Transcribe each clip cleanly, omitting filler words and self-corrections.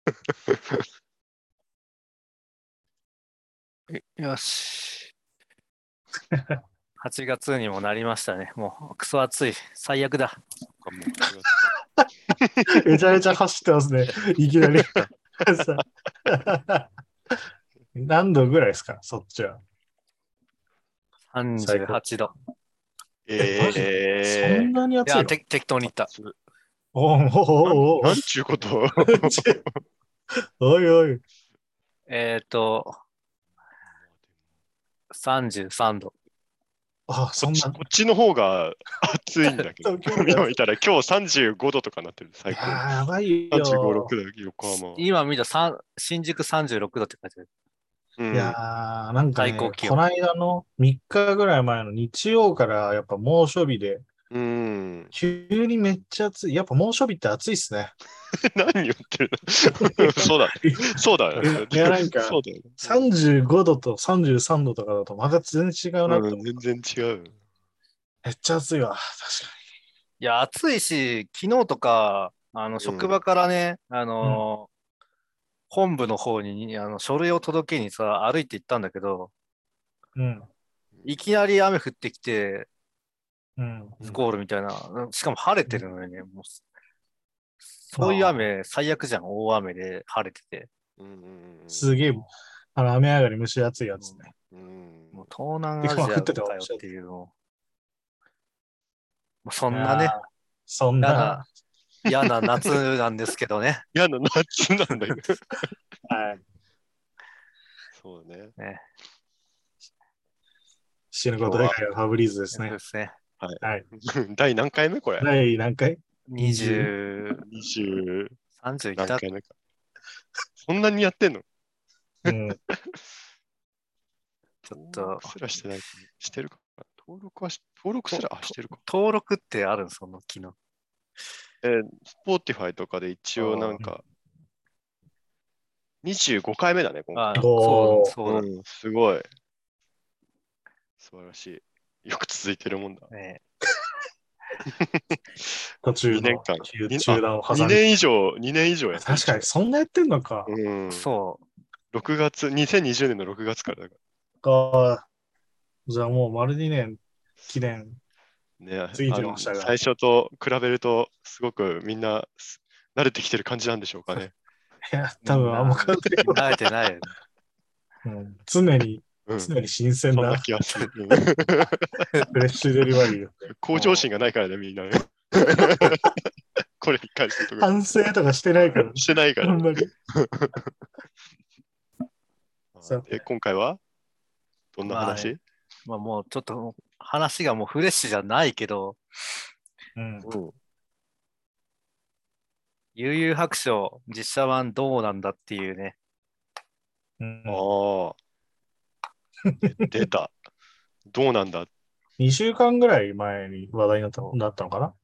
よし。8月にもなりましたね。もうクソ暑い。最悪だ。 めちゃめちゃ走ってますね。いきなり。何度ぐらいですか、そっちは。最高。 38度。 マジそんなにいや、 暑いの？ 適当に言った。 おうおうおうおうなんちゅうことを。 おいおい。 33度。 あ、そんな。 こっちの方が暑いんだけど。 東京で今見たら今日35度とかなってる。最高。 やばい 35、 よ。 6度、横浜。 今見た新宿36度って書いてある。 いやー、なんかね、 最高気温。 この間の3日ぐらい前の日曜からやっぱ猛暑日で、急にめっちゃ暑い。やっぱ猛暑日って暑いっすね。 何言ってるのそうだ。そうだよ。 いや、なんか、 そうだよ。 35度と33度とかだとまた全然違うなって思う。 全然違う。 めっちゃ暑いわ。確かいや、暑いし、昨日とか、職場からね、本部の方に、書類を届けにさ、歩いて行ったんだけど、 に。 いきなり雨降ってきて、 うん。 スコールみたいな、しかも晴れてるのよね。もうそういう雨、最悪じゃん。大雨で晴れてて。 すげえ、雨上がり蒸し暑いやつね。 もう東南アジアかよっていうの。もうそんなね、 そんな。 嫌な夏なんですけどね。 嫌な夏なんだよ。 はい。 そうね。 死ぬこと以外はファブリーズですね。 そうですね。 はい。 第何回目これ？ 第何回？ 20、 30 いった。 何回目か。そんなにやってんの？ うん。 ちょっと。 登録すらしてない。してるか。登録すらしてるか。 登録ってあるんその機能。 Spotify とかで一応なんか、25回目だね、今回。 そうだ。 すごい。素晴らしい。よく続いてるもんだ。 途中 2年間。 中断を挟んで。 2年以上やってる。 確かに、そんなやってんのか。 そう。 2020年の6月からだから。じゃあもう丸2年記念ついてましたが。 最初と比べると、すごくみんな慣れてきてる感じなんでしょうかね。 いや、多分あんま変わってない。 慣れてない。 常に新鮮な。 そんな気がする。 フレッシュデリバリー。 向上心がないからね、みんなね。これに関して反省とかしてないから。 してないから。 あんまり。 今回はどんな話？ まあもうちょっと話がもうフレッシュじゃないけど、悠々白書実写版どうなんだっていうね。 ああ。出た。どうなんだ。 2週間ぐらい前に話題になったのかな。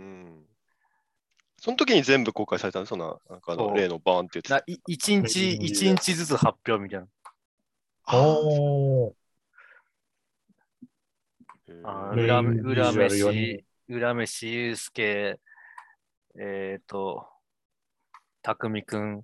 その時に全部公開されたの？なんか例のバーンって言ってた。 一日ずつ発表みたいな。浦飯祐介、匠くん。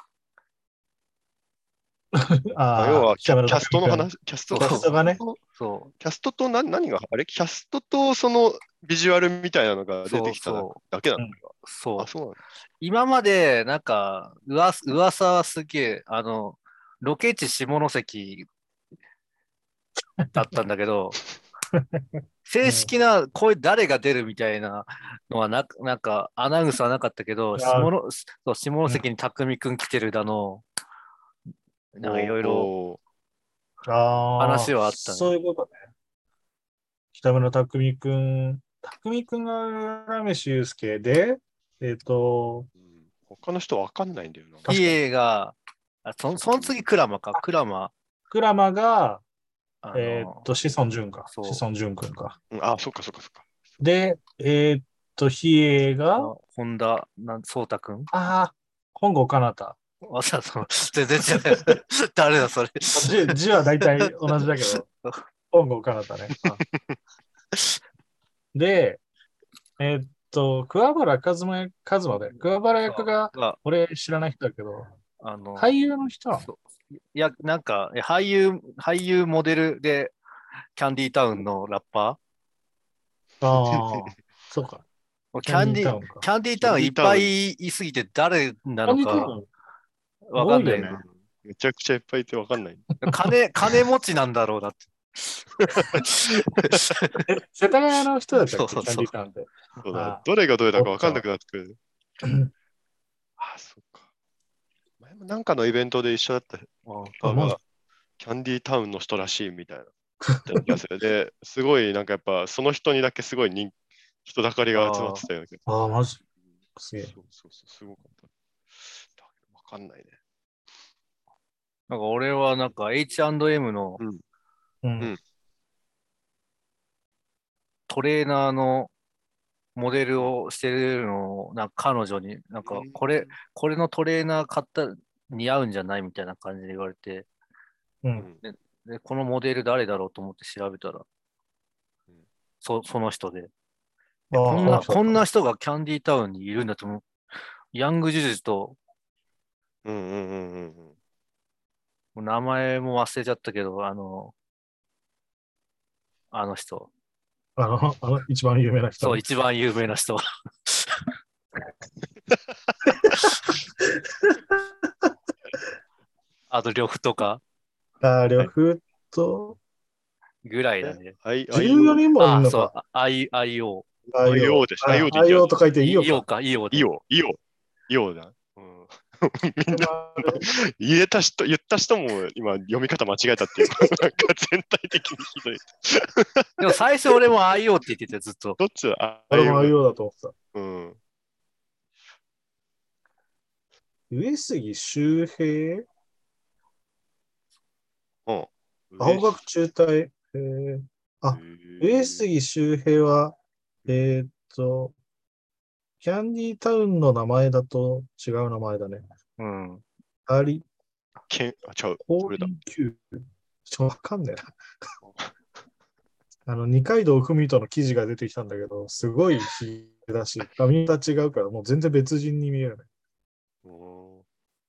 要はキャストの話、キャストがね。 そう。 キャストと何が、キャストとそのビジュアルみたいなのが出てきただけなのか。 そう。 そうなんだ。 今まで、なんか、噂はすげえ、ロケ地下関だったんだけど、正式な声誰が出るみたいなのはなんかアナウンスはなかったけど、下関に匠くん来てるだの、なんかいろいろ話はあった、ね。 そういうことね。北村匠くんが浦飯祐介で、 他の人わかんないんだよな。 比叡が、その次クラマか、クラマが、志尊淳か。志尊淳くんか。 そっか。 で、比叡が、 本田壮太くん。 本郷奏多。 全然違う。誰だ、それ。 字は大体同じだけど、本郷奏多ね。で、 桑原一馬で、桑原役が、俺知らない人だけど、俳優の人なの？ いや、なんか、俳優モデルで、キャンディータウンのラッパー。ああ、そうか。 キャンディータウンいっぱいいすぎて誰なのかわかんない、 ね。 めちゃくちゃいっぱいいてわかんない。 金持ちなんだろうなって。 世田谷の人だったっけ、キャンディータウンで。 そうだ。どれがどれだかわかんなくなってくる。あ、そっか。前もなんかのイベントで一緒だった。キャンディータウンの人らしいみたいな。で、すごいなんかやっぱその人にだけすごい人だかりが集まってたよね。 ああ、マジすげえ。 そう、すごかった。わかんないね。 なんか俺はなんか H&M のトレーナーのモデルをしてるのを、なんか彼女に、なんかこれのトレーナー買った似合うんじゃないみたいな感じで言われて、でこのモデル誰だろうと思って調べたら、その人で。こんな人がキャンディータウンにいるんだと思う。ヤングジュジュと、名前も忘れちゃったけど、あの人。 一番有名な人。 そう、一番有名な人。あと、呂布とか。 呂布と。 ぐらいだね。 14人もいるのか。 そう、IO。 IO でしょ。 IO と書いてイオか。イオだ。みんな言った人も今読み方間違えたっていう。なんか全体的にひどい。 でも最初俺も IO って言ってたよ、ずっと。 どっちだ？ 俺も IO だと思ってた。上杉周平？青学中退。上杉周平は、キャンディータウンの名前だと違う名前だね。あり。 ちゃう。 それだ。わかんねえな。二階堂ふみとの記事が出てきたんだけど、すごいひげだし、髪型違うから、もう全然別人に見えるね。不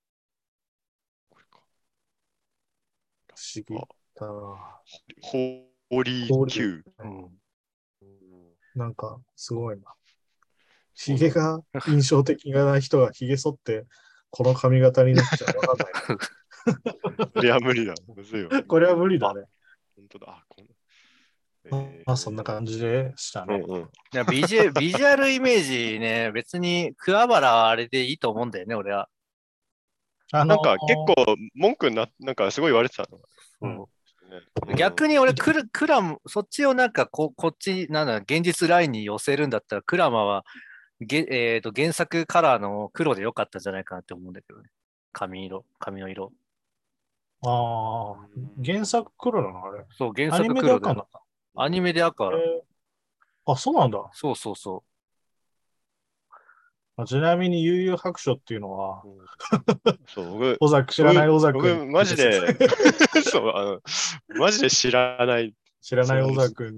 思議だな。 ホーリー Q。 なんか、すごいな。ひげが印象的な人がひげ剃って、この髪型になっちゃう。わかんない。 これは無理だ。むずいよ。 これは無理だね。 本当だ。 そんな感じでしたね。 いやビジュアルイメージね、別に桑原はあれでいいと思うんだよね、俺は。 なんか結構文句なんかすごい言われてたの。 逆に俺そっちをなんかこっち、現実ラインに寄せるんだったら、クラマは原作カラーの黒でよかったんじゃないかなって思うんだけどね。髪の色。 原作黒なのあれ。 そう、原作黒で。アニメで赤。 そうなんだ。 そうそうそう。 ちなみに悠々白書っていうのは、 僕、 知らない小沢君。僕、マジで、マジで知らない。 知らない小沢君。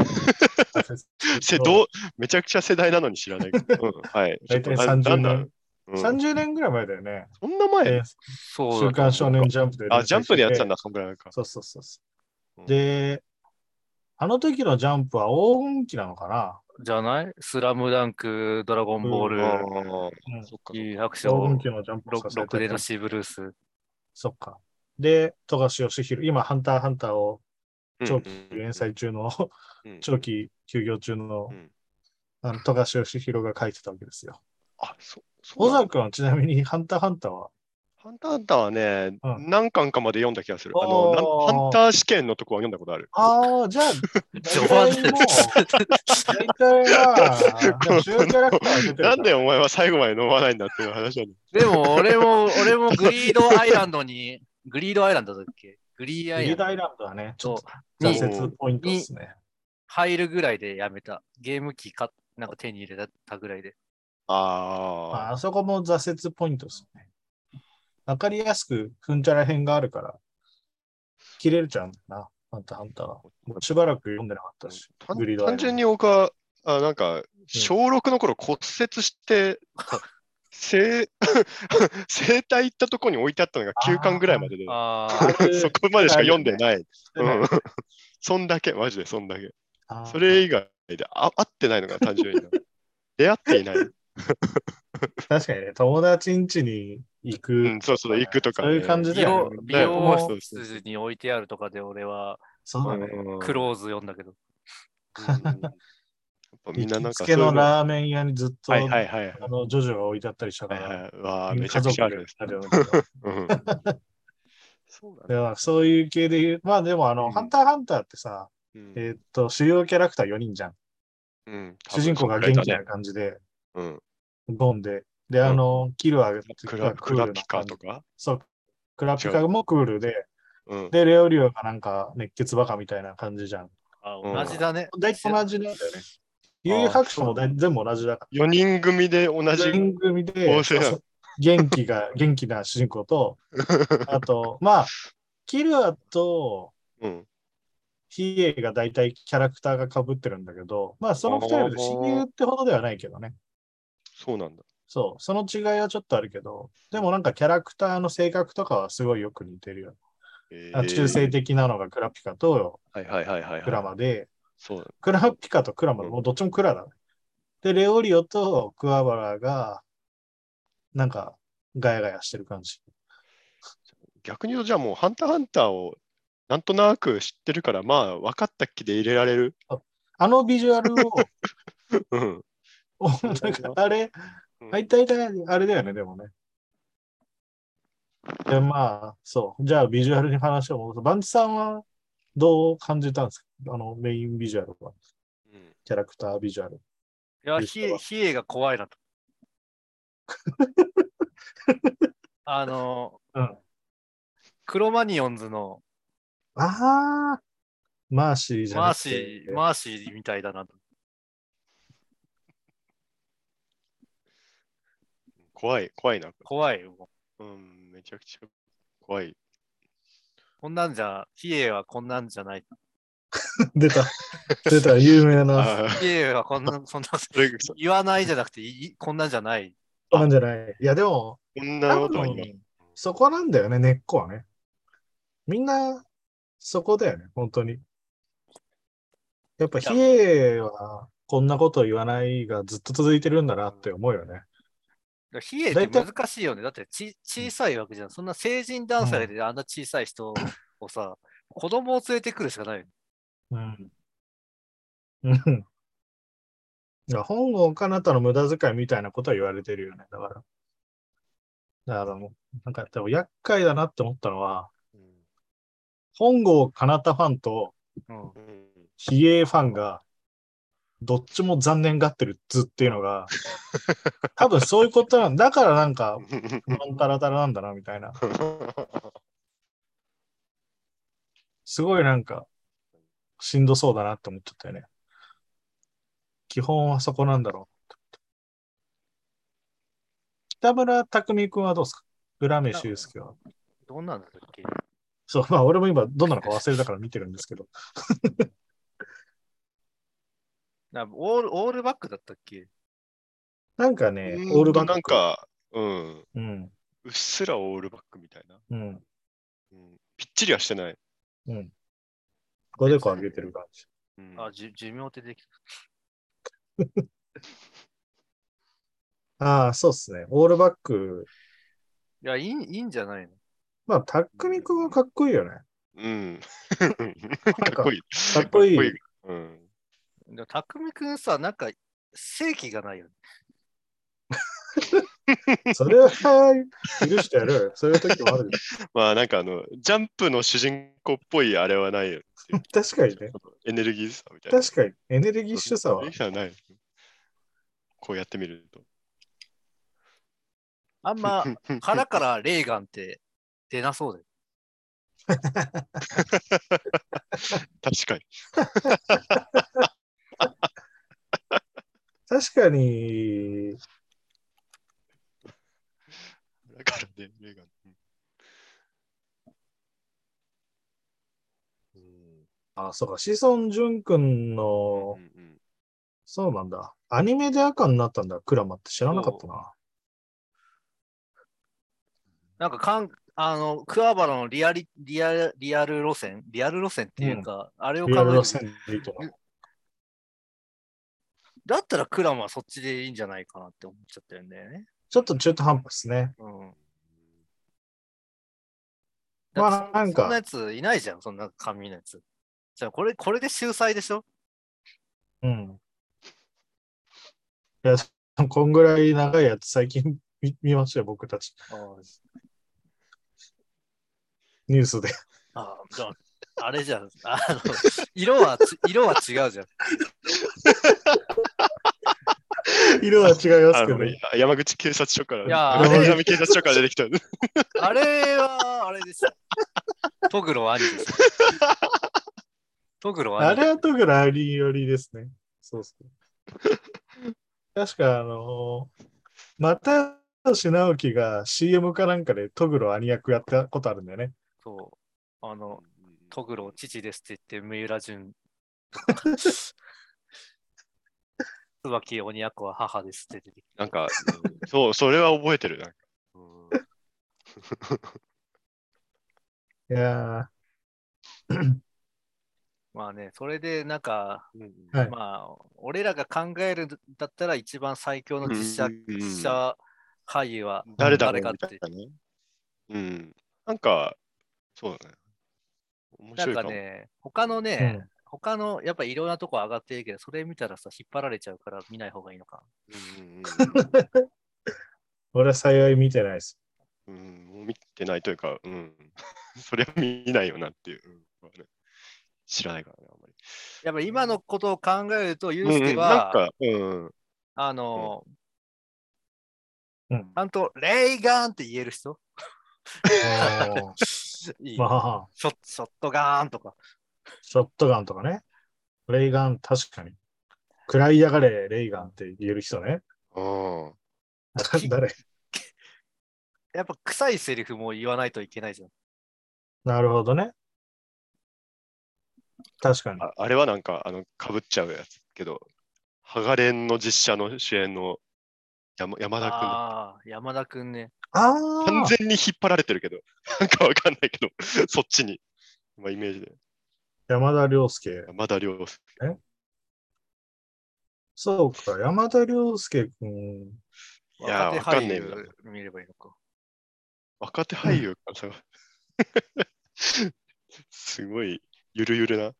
めちゃくちゃ世代なのに知らない。はい。 大体30年。30年ぐらい前だよね。 そんな前？ 週刊少年ジャンプで。 ジャンプでやってたんだ、そんぐらいか。 そう。で、あの時のジャンプは黄金期なのかな？ じゃない？スラムダンク、ドラゴンボール、悠々白書、ろくでなしブルース。 そっか。で、富樫義弘、今、ハンターハンターを長期連載中の、長期休業中の、富樫義弘が書いてたわけですよ。小沢君はちなみにハンターハンターはハンターハンターはね、何巻かまで読んだ気がする。ハンター試験のとこは読んだことある。 じゃあ、大体は、 なんでお前は最後まで飲まないんだっていう話なんだ。でも、俺もグリードアイランドだっけ？グリードアイランドはね、ちょっと挫折ポイントですね。 入るぐらいでやめた。ゲーム機なんか手に入れたぐらいで。 あそこも挫折ポイントですね。わかりやすく、ふんちゃら編があるから、切れるちゃうんだな、ハンターハンターは。しばらく読んでなかったし、 単純に僕は、 なんか、小6の頃骨折して、整体行ったとこに置いてあったのが9巻ぐらいまでで、そこまでしか読んでない。そんだけ、マジでそんだけ。それ以外で合ってないのが単純に。出会っていない。 確かにね、友達ん家に行く、 そうそう、行くとか、 そういう感じだよね。 美容室に置いてあるとかで俺は、 そうだね。 クローズ読んだけど。 みんななん行きつけのラーメン屋にずっと、ジョジョが置いてあったりしたから、 めちゃくちゃある。 そういう系で言う。まあでもハンターハンターってさ、主要キャラクター4人じゃん。主人公が元気な感じで、ボンで。で、キルアがクラピカとかそう、クラピカもクールで、で、レオリオがなんか熱血バカみたいな感じじゃん。 同じだね。 大体同じなんだよね。幽遊白書も全部同じだから。 4人組で同じ。 4人組で、元気な主人公と、あと、まあ、キルアと、ヒエが大体キャラクターが被ってるんだけど、まあその2人で親友ってほどではないけどね。 そうなんだ。 そう、その違いはちょっとあるけど、でもなんかキャラクターの性格とかはすごいよく似てるよ。中性的なのがクラピカとクラマで、クラピカとクラマ、もうどっちもクラだね。で、レオリオとクワバラが、なんかガヤガヤしてる感じ。 逆に言うと、じゃあもうハンターハンターをなんとなく知ってるから、まあ分かった気で入れられる。 あのビジュアルを、なんかあれ、大体あれだよね、でもね。で、まあ、そう。じゃあ、ビジュアルに話を戻す。バンチさんはどう感じたんですか？メインビジュアルは。キャラクタービジュアル。いや、ヒエが怖いなと。クロマニオンズの。 マーシーじゃなくて。マーシーみたいだなと。 怖いな。 怖いよ。 めちゃくちゃ怖い。 こんなんじゃ、ヒエはこんなんじゃない。 出た、有名な。 ヒエはそんな、言わないじゃなくて、こんなんじゃない。 こんなんじゃない。いや、でも、 こんなことはそこなんだよね、根っこはね。みんな、そこだよね、本当に。やっぱ、ヒエは、こんなこと言わないがずっと続いてるんだなって思うよね。 ヒエって難しいよね。だって小さいわけじゃん。そんな成人男性であんな小さい人をさ、子供を連れてくるしかない。 本郷奏多の無駄遣いみたいなことは言われてるよね。だからもう、なんか、でも厄介だなって思ったのは、本郷奏多ファンと、比叡ファンが、どっちも残念がってる図っていうのが、多分そういうことなんだからなんか、マンタラタラなんだな、みたいな。すごいなんか、しんどそうだなって思っちゃったよね。基本はそこなんだろう。北村匠海君はどうですか？浦目修介は。 どんなんだっけ？ そう、まあ俺も今どんなのか忘れたから見てるんですけど。 オールバックだったっけ？ なんかね、オールバック。 なんか、うっすらオールバックみたいな。ぴっちりはしてない。 おでこ上げてる感じ。寿命ってできた。そうっすね。オールバック。 いや、いいんじゃないの？ まあ、たくみくんはかっこいいよね。 かっこいい。 かっこいい。 たくみくんさ、なんか、正気がないよね。 それは許してやる。そういう時もある。 まあなんかジャンプの主人公っぽいあれはないよ。 確かにね。 エネルギーさみたいな。 確かに。エネルギッシュさは。エネルギーさない。こうやってみると。 あんま腹からレーガンって出なそうで。 確かに。 確かに。 だからね、レーガン。 そうか、志尊淳君のそうなんだ。アニメで赤になったんだ、クラマって知らなかったな。 なんか桑原のリアル路線っていうか、あれをリアル路考えると、 線でいいと思う。 だったらクラマはそっちでいいんじゃないかなって思っちゃったんだよね。 ちょっと中途半端ですね。 うん。 まだってあ、なんそんなやか、 ついないじゃん、そんな紙のやつ。じゃあこれで秀才でしょ？ うん。いや、こんぐらい長いやつ最近見ましたよ、僕たち。ニュースで。 じゃあ、あれじゃん。色は違うじゃん。 色は違いますけど。 山口警察署から、 いや山口警察署から出てきた。 あれは、あれですよ。トグロ兄です。トグロ兄。 あれはトグロ兄よりですね。そうそう。確か、又吉直樹が CM かなんかでトグロ兄役やったことあるんだよね。 そう。トグロ父ですって言って、三浦淳。椿鬼奴は母ですって出てきて。 なんか、そう、それは覚えてる。なんかいやーまあね、それでなんか、 はい。 まあ、俺らが考えるんだったら一番最強の実写俳優は誰だろう誰かって。 みたいなね。うん。なんか、そうだね。面なん白いかも。 かね、他のね、 うんやっぱいろんなとこ上がってるけど、それ見たらさ、引っ張られちゃうから見ない方がいいのか。 俺は幸い見てないです。 もう見てないというか、それは見ないよなっていう。知らないからね、あんまり。 やっぱ今のことを考えると、ユースケなんは、 か、 あの、 うん。 ちゃんとレイガンって言える人いい。 まあ、 ショットガーンとか。 ショットガンとかね。レイガン、確かに。食らいやがれ、レイガンって言える人ね。誰やっぱ臭いセリフも言わないといけないじゃん。 なるほどね。確かに。 あれはなんか、かぶっちゃうやつけど、ハガレンの実写の主演の山田君だ。 山田くんね。 あ完あ、 全に引っ張られてるけど、なんかわかんないけど、そっちに。イメージで。 山田涼介。 山田涼介。 そうか、山田涼介くん。 いやー、 若手わか俳んねえな。 優見ればいいのか。 若手俳優かさ、すごい、ゆるゆるな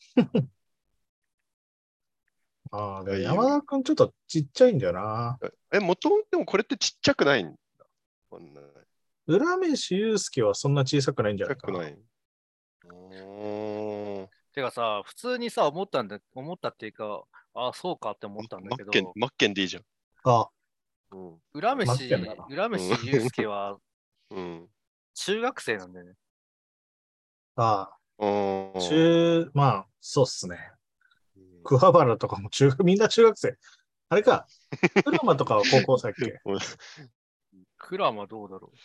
ああ、でも俳優。 山田くんちょっとちっちゃいんだよな。 もともとでもこれってちっちゃくないんだ。こんなちっ浦飯祐介はそんな小さくないんじゃないかな。 ちゃくない。 てかさ、普通にさ、思ったっていうか、そうかって思ったんだけど、 マッケンでいいじゃん。 あ、 浦待ってんだな。 飯祐介はうん。 中学生なんだよね。 ああ、 うん。 まあ、そうっすね。桑原とかもみんな中学生。あれか、クラマとかは高校生っけ？ クラマどうだろう。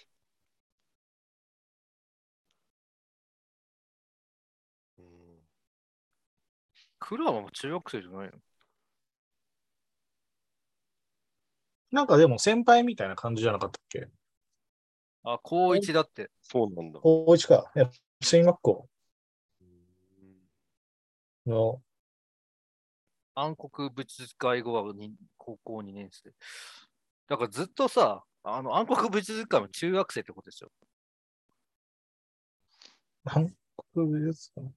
クラマも中学生じゃないの？ なんかでも先輩みたいな感じじゃなかったっけ？ 高一だって。 そうなんだ。 高一か。いや、進学校の、 暗黒物質会語は高校2年生。だからずっとさ、暗黒物質会も中学生ってことでしょ。 韓国美術館。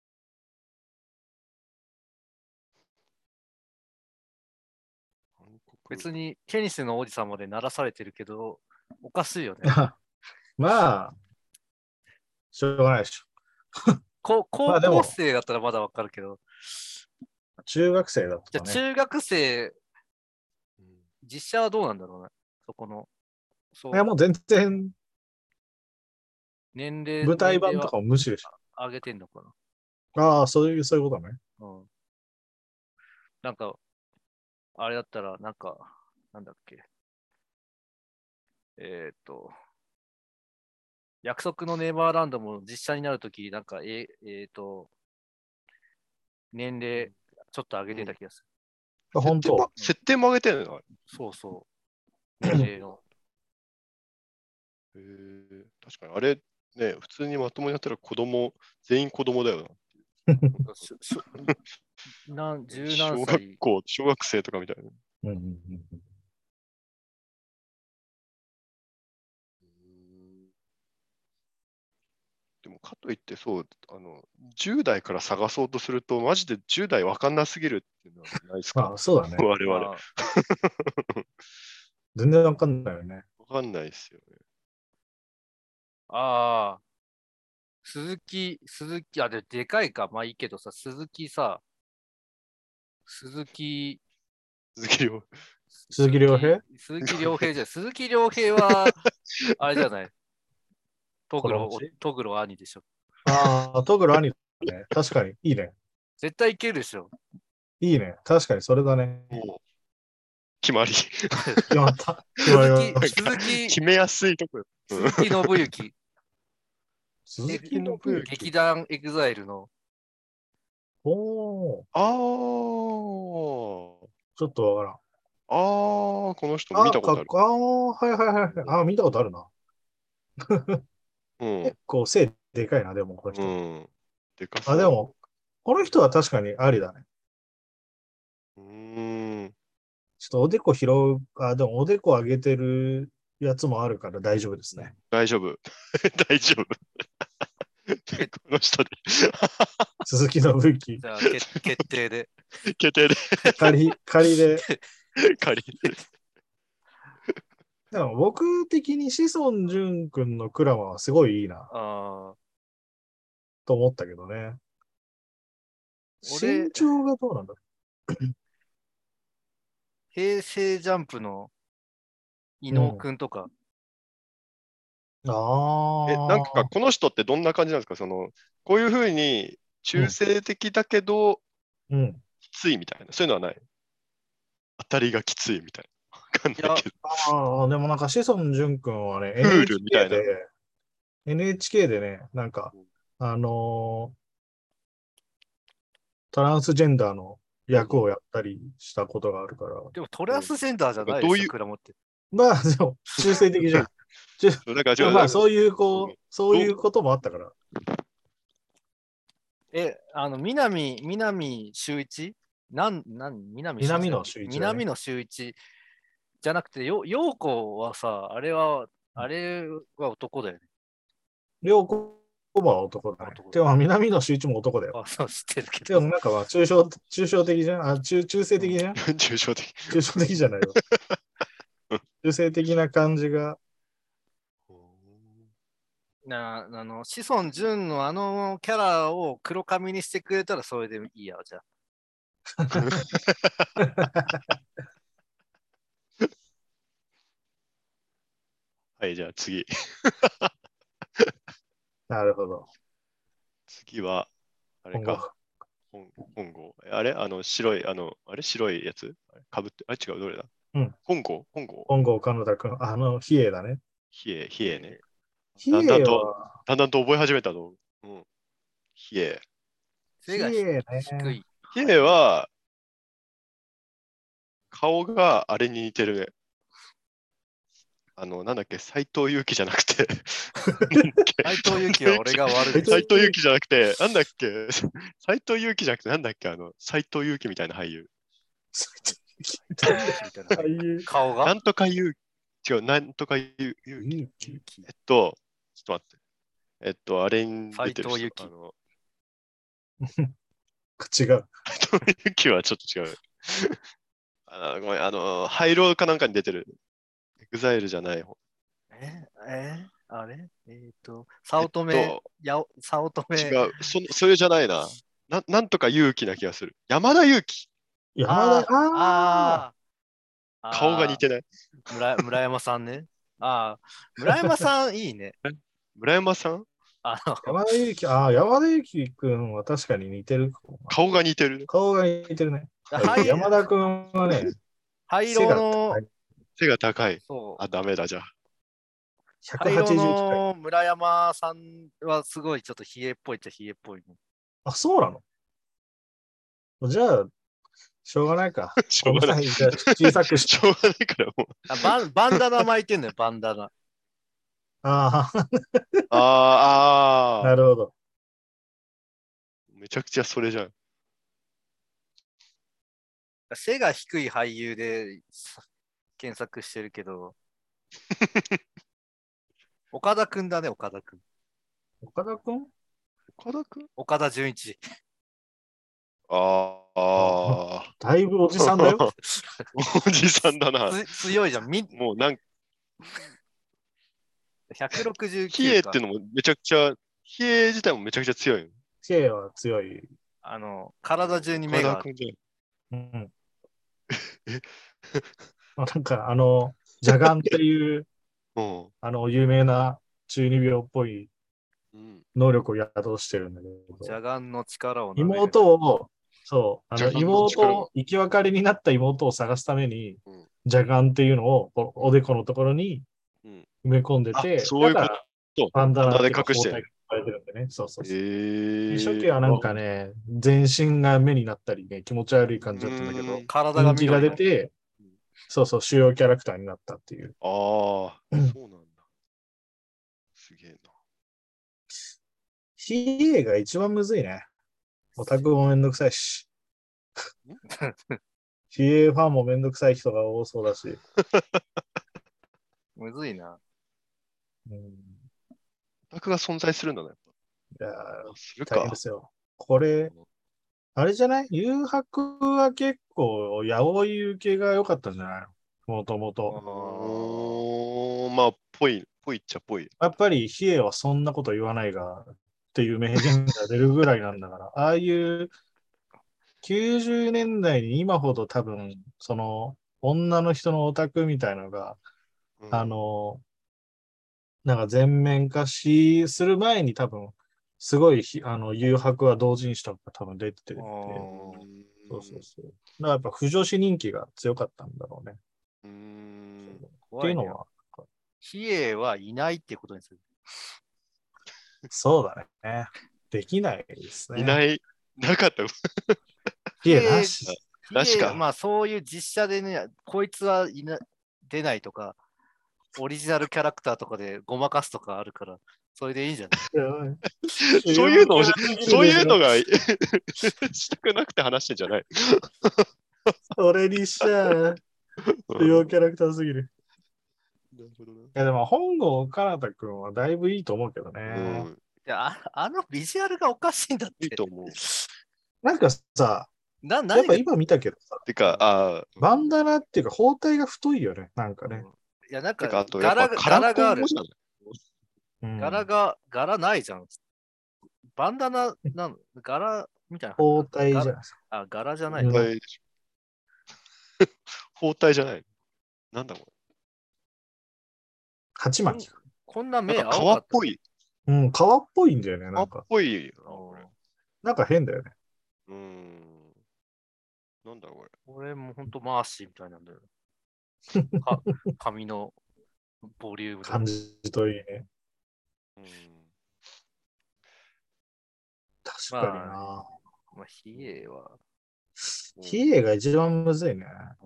別にテニスの王子様で鳴らされてるけど、おかしいよね。 まあ、しょうがないでしょ。 高校生だったらまだわかるけど、 中学生だじゃあとかね。 中学生、実写はどうなんだろうね。そこの、 いや、もう全然、 年舞台版と齢はかも無視でし上げてんのかな。 ょ。ああ、そういうことね。 なんか、あれだったら、なんだっけ。約束のネバーランドも実写になるとき、年齢ちょっと上げてた気がする。 本当。 設定も上げてるの？ そうそう。年齢の。 確かに、あれ、ね、普通にまともにやったら全員子供だよな。 十何歳。 小学生とかみたいな。でもかといってそう、10代から探そうとすると、マジで10代わかんなすぎるっていうのはないですか？ そうだね。 我々。 全然わかんないよね。 わかんないですよね。 鈴木、でかいか。まあいいけどさ、鈴木亮平じゃん。鈴木亮平は、あれじゃない。トグロ兄でしょ。 トグロ兄ね。確かに、いいね。 絶対いけるでしょ。 いいね。確かに、それだね。 決まり。 決まった。決めやすいとこ。 鈴木信之。 鈴木信之。 劇団エグザイルの。 ちょっとわからん。 この人見たことある。 はい。見たことあるな。結構背でかいな、でも、この人。 でかそう。 でも、この人は確かにありだね。ちょっとおでこ拾う、でもおでこ上げてるやつもあるから大丈夫ですね。 大丈夫。大丈夫。この人で。 鈴木信之。 じゃあ、決定で。 仮で。 仮で。 でも僕的に志尊淳君のクラマはすごいいいな。と思ったけどね。身長がどうなんだろう。 平成ジャンプの伊野くんとか。 なんかこの人ってどんな感じなんですか？こういうふうに中性的だけど、きついみたいな。そういうのはない？当たりがきついみたいな。わかんないけど。 でもなんか志尊淳君はね、 プールみたいな。 NHK でね、なんか、トランスジェンダーの役をやったりしたことがあるから。 でもトランスジェンダーじゃないですよ、倉本って。 まあ、でも、中性的じゃん。まあ、そういうこともあったから。 南周一南野周一じゃなくて、陽子はさ、あれは男だよね。 陽子は男だね。でも、南野周一も男だよ。 そう、知ってるけど。でも、なんか抽象的じゃん。中性的じゃん。 抽象的じゃないよ。中性的な感じが。 志尊淳のキャラを黒髪にしてくれたらそれでいいや、じゃあ。 はい、じゃあ次。 なるほど。 次は、あれか。本郷。あれ白い、白いやつかぶって、違う、どれだ？本郷金田君。比叡だね。 比叡ね。 だんだんと覚え始めたの。比叡。 背が低い。 比叡は、顔があれに似てるね。なんだっけ、斎藤佑樹じゃなくて。 斎藤佑樹は俺が悪い。 斎藤佑樹じゃなくて、なんだっけ、斎藤佑樹じゃなくて、なんだっけ、斎藤佑樹みたいな俳優。 顔がなんとか佑樹、違う、なんとか佑樹。ちょっと待って。あれに出てる人。 斎藤佑樹。 違う。 斎藤佑樹はちょっと違う。ごめん、廃炉かなんかに出てる。エグザイルじゃない方。 あれ早乙女。 違う。それじゃないな。なんとか勇気な気がする。山田裕貴。顔が似てない。 村山さんね。村山さんいいね。 村山さん？ 山田裕貴君は確かに似てる。 顔が似てる。 顔が似てるね。山田君はね、 灰色の背が高い。ダメだじゃあ。 180の村山さんはすごいちょっと冷えっぽいっちゃ冷えっぽい、ね。 そうなの？じゃあ、 しょうがないか。 しょうがない。 じゃあ小さくししょうがないからもう。 バンダナ巻いてんのよ、バンダナ。 ああ、 ああ、 なるほど。 めちゃくちゃそれじゃん。 背が低い俳優で検索してるけど、岡田くんだね、岡田くん。 岡田くん岡田くん岡田准一。 ああ。 だいぶおじさんだよ。 おじさんだな。 強いじゃん。 もうなんか、 169 比叡ってのもめちゃくちゃ、比叡自体もめちゃくちゃ強いよ。 K は強い。 体中に目がある。 岡田くんじゃん。 うん。なんか、ジャガンっていう、 うん。 有名な中二病っぽいうん。 能力を宿してるんだけど、 邪眼の力を舐める。 妹を、そう、 ジャガンの力妹を、生き別れになった妹を探すために、 うんジャガンっていうのをおでこのところにうん埋め込んであ、 て、 そういうこだからと。 バンダナっていうかバンダナで隠して包帯が書かれてるんでね。そうそうそう。で初期えはなんかね、全身が目になったりね、気持ち悪い感じだったんだけど、 体が人気が緑の。 出て、そうそう、主要キャラクターになったっていう。 ああ、 うんそうなんだ。すげえな。 比叡が一番むずいね。オタクもめんどくさいし。比叡ファンもめんどくさい人が多そうだし。 むずいな。 うん、 オタクが存在するんだね。 いやするか大変で。すよ。これ、あれじゃない誘白は結構、ヤオイ受けが良かったんじゃないのもともと。 まあ、ぽいっちゃぽい。 やっぱり、比叡はそんなこと言わないが、っていう名言が出るぐらいなんだから、ああいう90年代に今ほど多分、その、女の人のオタクみたいなのが、 うんなんか全面化する前に多分、すごい誘白は同人誌とか多分出てて、そうそうそう。だからやっぱ、不女子人気が強かったんだろうね。って怖いうね。 いのは、 比叡はいないってことにする。 そうだね。できないですね。 なかった。 比叡なし。 なしかまあそういう実写でね、こいつ出ないとか、オリジナルキャラクターとかでごまかすとかあるから、それでいいんじゃないそういうのがしたくなくて話してんじゃない。 それにしちゃ、主要キャラクターすぎる。 なるほどな。 いやでも本郷奏多君はだいぶいいと思うけどね。 いやビジュアルがおかしいんだって。 いいと思う。 なんかさ、やっぱ今見たけどさ、 てか、 バンダナっていうか包帯が太いよね、なんかね。 いや、なんか、 あとやっぱ柄がある。 うん柄ないじゃん。バンダナ柄みたいな。 包帯じゃないですか。 あ、柄じゃない。 包帯じゃない。なんだこれ。 鉢巻き。 こんな目青革っぽい。 うん、革っぽいんだよね、なんか。 革っぽい。 なんか変だよね。 なんだこれ。 これも本当マーシーみたいなんだよ。髪のボリューム感じといいね。確かにな。 まあ、比叡は。 比叡が一番むずいね。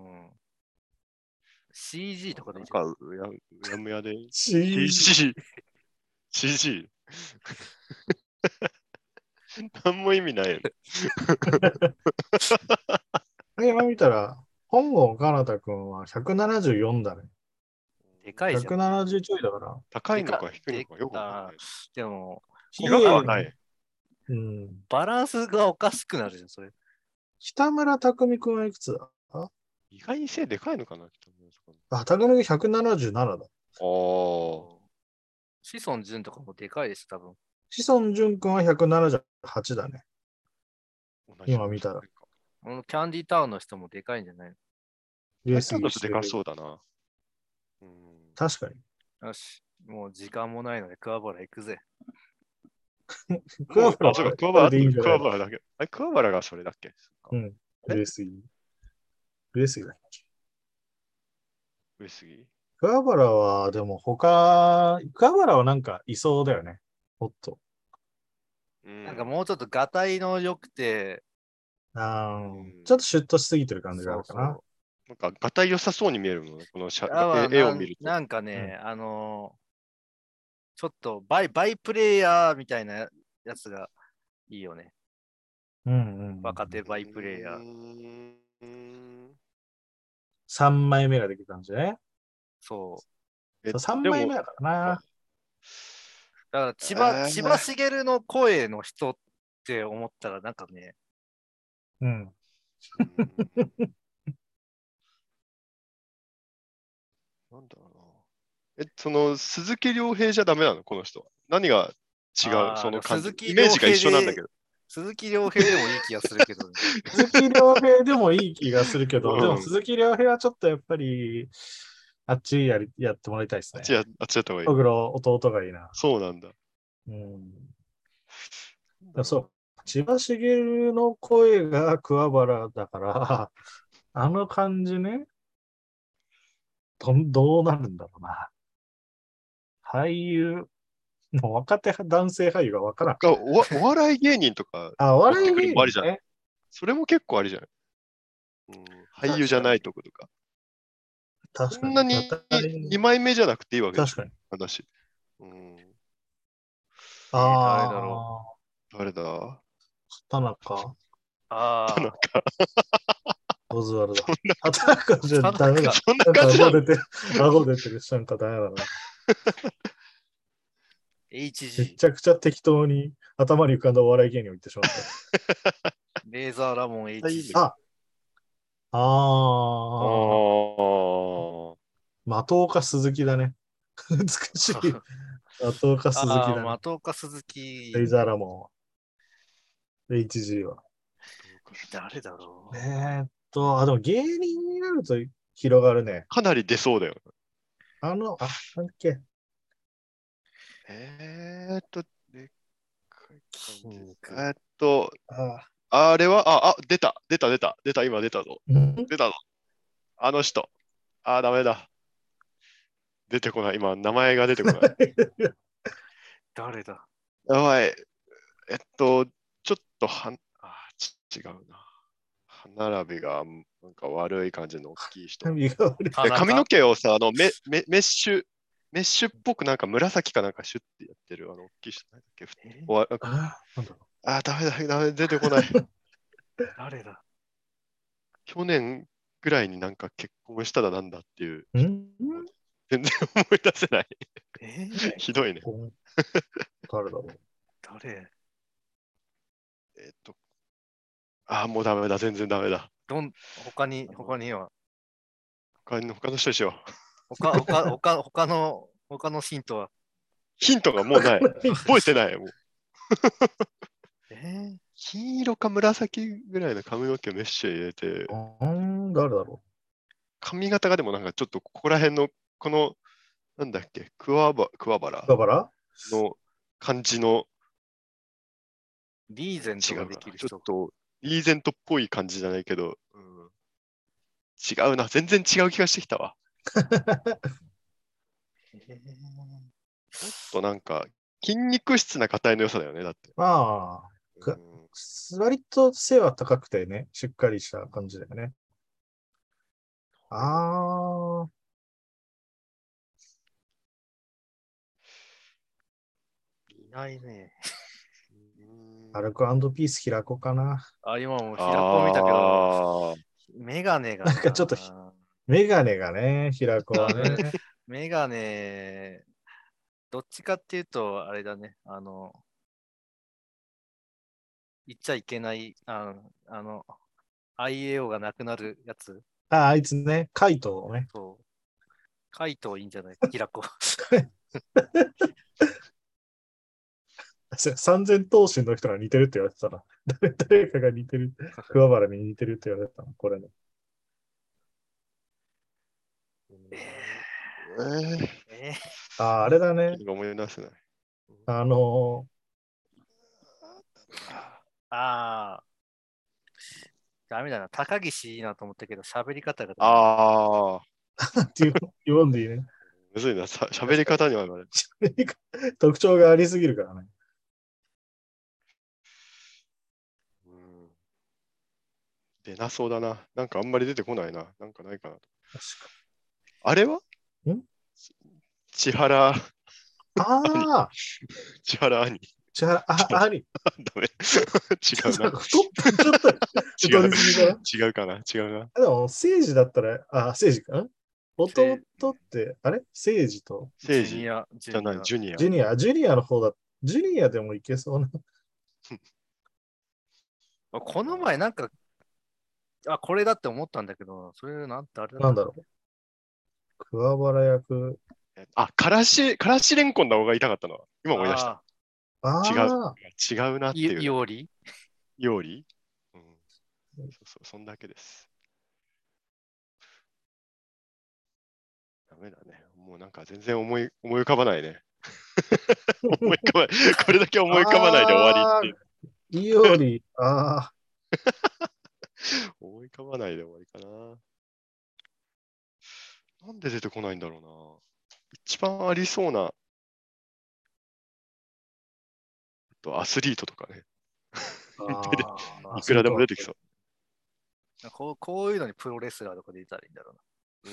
CG とかでいいじゃん。うやむやで。 CG。 何も意味ないよね。 今見たら、本郷奏多君は174だね。 でかいじゃん。 170ちょいだから。 高いのか低いのかよくわかんない。 でも、 比叡はない。 バランスがおかしくなるじゃん、それ。 北村匠海君はいくつだ？ 意外に背でかいのかな。 匠海177だ。 志尊淳とかもでかいです、多分。 志尊淳君は178だね。今見たら。 キャンディータウンの人もでかいんじゃないの？ キャンディータウンの人でかそうだな。 確かに。 よし、もう時間もないので、桑原行くぜ。 桑原でいいんじゃない？ 桑原だけ。桑原がそれだっけ？ うん。上杉だっけ？ 上杉？ 桑原は、でも桑原はなんかいそうだよね。もっと。 なんかもうちょっとがたいの良くて、 ちょっとシュッとしすぎてる感じがあるかな。 そうなんか、がたい良さそうに見えるのね、このそう絵を見ると。 なんかね、ちょっとバイプレイヤーみたいなやつがいいよね。若手バイプレイヤー。 3枚目ができたんじゃね。 そう。 3枚目だからな。 だから千葉茂の声の人って思ったらなんかね。 なんだろうな。その鈴木亮平じゃダメなのこの人は。何が違うその感じ。イメージが一緒なんだけど。 鈴木亮平でもいい気がするけど、ね。 鈴木亮平でもいい気がするけど、でも鈴木亮平はちょっとやっぱり、あっちやってもらいたいですね。 あっちやった方がいい。 僕の弟がいいな。 そうなんだ。 そう。千葉茂の声が桑原だから、あの感じね。どうなるんだろうな。俳優、もう若手男性俳優がわからん。 お笑い芸人とか、 お笑い芸人もありじゃん。それも結構ありじゃん。俳優じゃないとことか。 確かに。 そんなに2枚目じゃなくていいわけでしょ。 確かに。 話。 誰だろう。誰だ田中。 田中。 オズワルド。田中じゃダメだ。 そんな感じなの？ 顎出てる人なんかダメだな。 HG。 めちゃくちゃ適当に頭に浮かんだお笑い芸人を言ってしまった。 レーザーラモン HG。 的岡鈴木だね。美しい。的岡鈴木だね。 的岡鈴木。 レイザーラモン。HG は。 誰だろう。 でも芸人になると広がるね。 かなり出そうだよ。 なんだっけ。 あれは、出た、今出たぞ。出たぞ。あの人。ダメだ。出てこない。今、名前が出てこない。 誰だ。 やばい。ちょっと違うな。歯並びがなんか悪い感じの大きい人。髪の毛をさ、メッシュっぽくなんか紫かなんかシュッてやってる大きい人なんだっけ。ダメ、出てこない。 誰だ。 去年ぐらいになんか結婚したらなんだっていう。全然思い出せない。ひどいね。 誰だろう。 誰？ もうダメだ。全然ダメだ。 他には他の人でしょ。 他のヒントはヒントがもうない。覚えてない。もう金色か紫ぐらいの髪の毛をメッシュ入れて。 誰だろう。 髪型がでもなんかちょっとここら辺の、この、なんだっけ、桑原の感じの。 リーゼントができる人。 ちょっとリーゼントっぽい感じじゃないけど、違うな。全然違う気がしてきたわ。ちょっとなんか、筋肉質な硬いの良さだよね、だって。 割と背は高くてね、しっかりした感じだよね。 いないね。 アルコ&ピース平子かな。 今も平子見たけど、メガネが。 なんかちょっと、メガネがね、平子はね。 メガネ、どっちかっていうと、あれだね、言っちゃいけない、IAO がなくなるやつ。 あいつね、カイトね。 そう。カイトいいんじゃない平子。 三千頭身の人が似てるって言われてたな。誰かが似てる。桑原に似てるって言われてたの、これね。あれだね。 思い出せない。 ダメだな。高岸いいなと思ったけど、喋り方が。 言わんでいいね。 むずいな。喋り方には特徴がありすぎるからね。 出なそうだな。なんかあんまり出てこないな。なんかないかな。 確あれは千原。 ああ、 千原兄。 千原、あり。 ダメ。違うな。 太ったちょっと太りすぎだな。 違うかな。違うな。 でも、聖治だったら、聖治かな弟って、あれ聖治と。 聖治ジュニア、 じゃない、ジュニア。 ジュニアの方だ。ジュニアでもいけそうな。 この前なんか、これだって思ったんだけど、それなんてあれだったなんだろう。桑原役。 からしれんこんの方が痛かったのは、今思い出した。違うなっていう。 ようりようりそう、そんだけです。ダメだね。もうなんか全然思い浮かばないね。思い浮かばない。これだけ思い浮かばないで終わりっていう。 いより、 思い浮かばないで終わりかな。なんで出てこないんだろうな。一番ありそうな、アスリートとかね。いくらでも出てきそう。 こういうのにプロレスラーとか出たらいいんだろうな。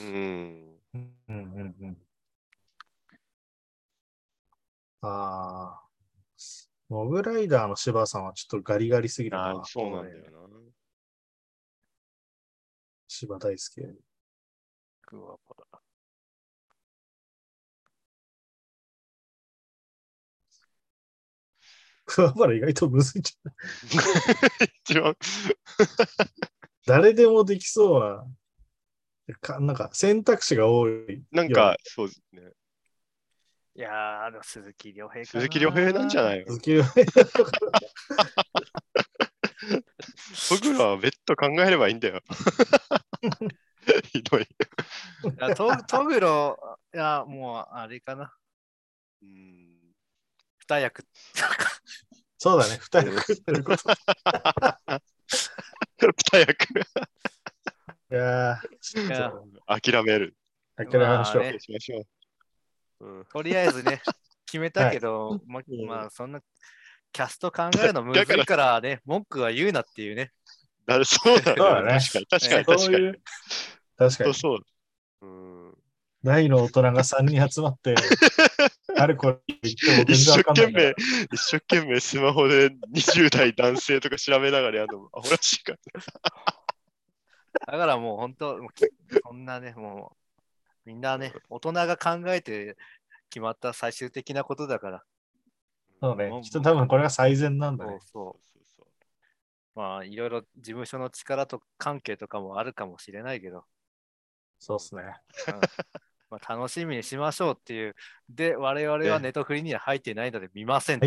モグライダーの柴さんはちょっとガリガリすぎるな。 そうなんだよな。 柴大輔。桑原意外とむずいんじゃない一番誰でもできそうな。なんか選択肢が多い。 なんか、そうですね。 いやー、鈴木亮平かな。 鈴木亮平なんじゃないの？ 鈴木亮平とか。 僕らは別途考えればいいんだよ。ひどい。 トグロ、いや、もうあれかな。二役。 そうだね、二役ってること。 二役。 いや諦める。 諦めましょう。 とりあえずね、決めたけど、まあ、そんなキャスト考えるのむずいからね、文句は言うなっていうね。 そうだね。確かに。 確かに。 そう。 大の大人が3人集まって、あれこれ言っても全然わかんないから。 一生懸命スマホで20代男性とか調べながらやるの、アホらしいから。 だからもう本当、そんなね、もうみんなね、大人が考えて決まった最終的なことだから。 そうね、多分これが最善なんだね。 まあ、いろいろ事務所の力と関係とかもあるかもしれないけど。 そうっすね。 まあ、楽しみにしましょうっていう。で、我々はネットフリには入ってないので見ませんっていう。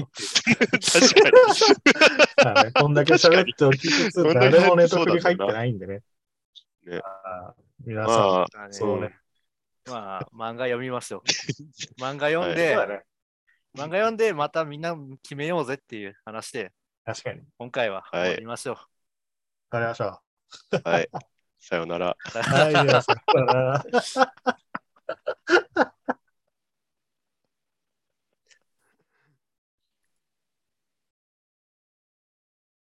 確かに。こんだけ喋っておきつつ、誰もネットフリ入ってないんでね。皆さん、そうね。 まあ、漫画読みましょう。漫画読んで、またみんな決めようぜっていう話で、 確かに。 今回は終わりましょう。 わかりましょう。はい。さよなら。 はい、さよなら。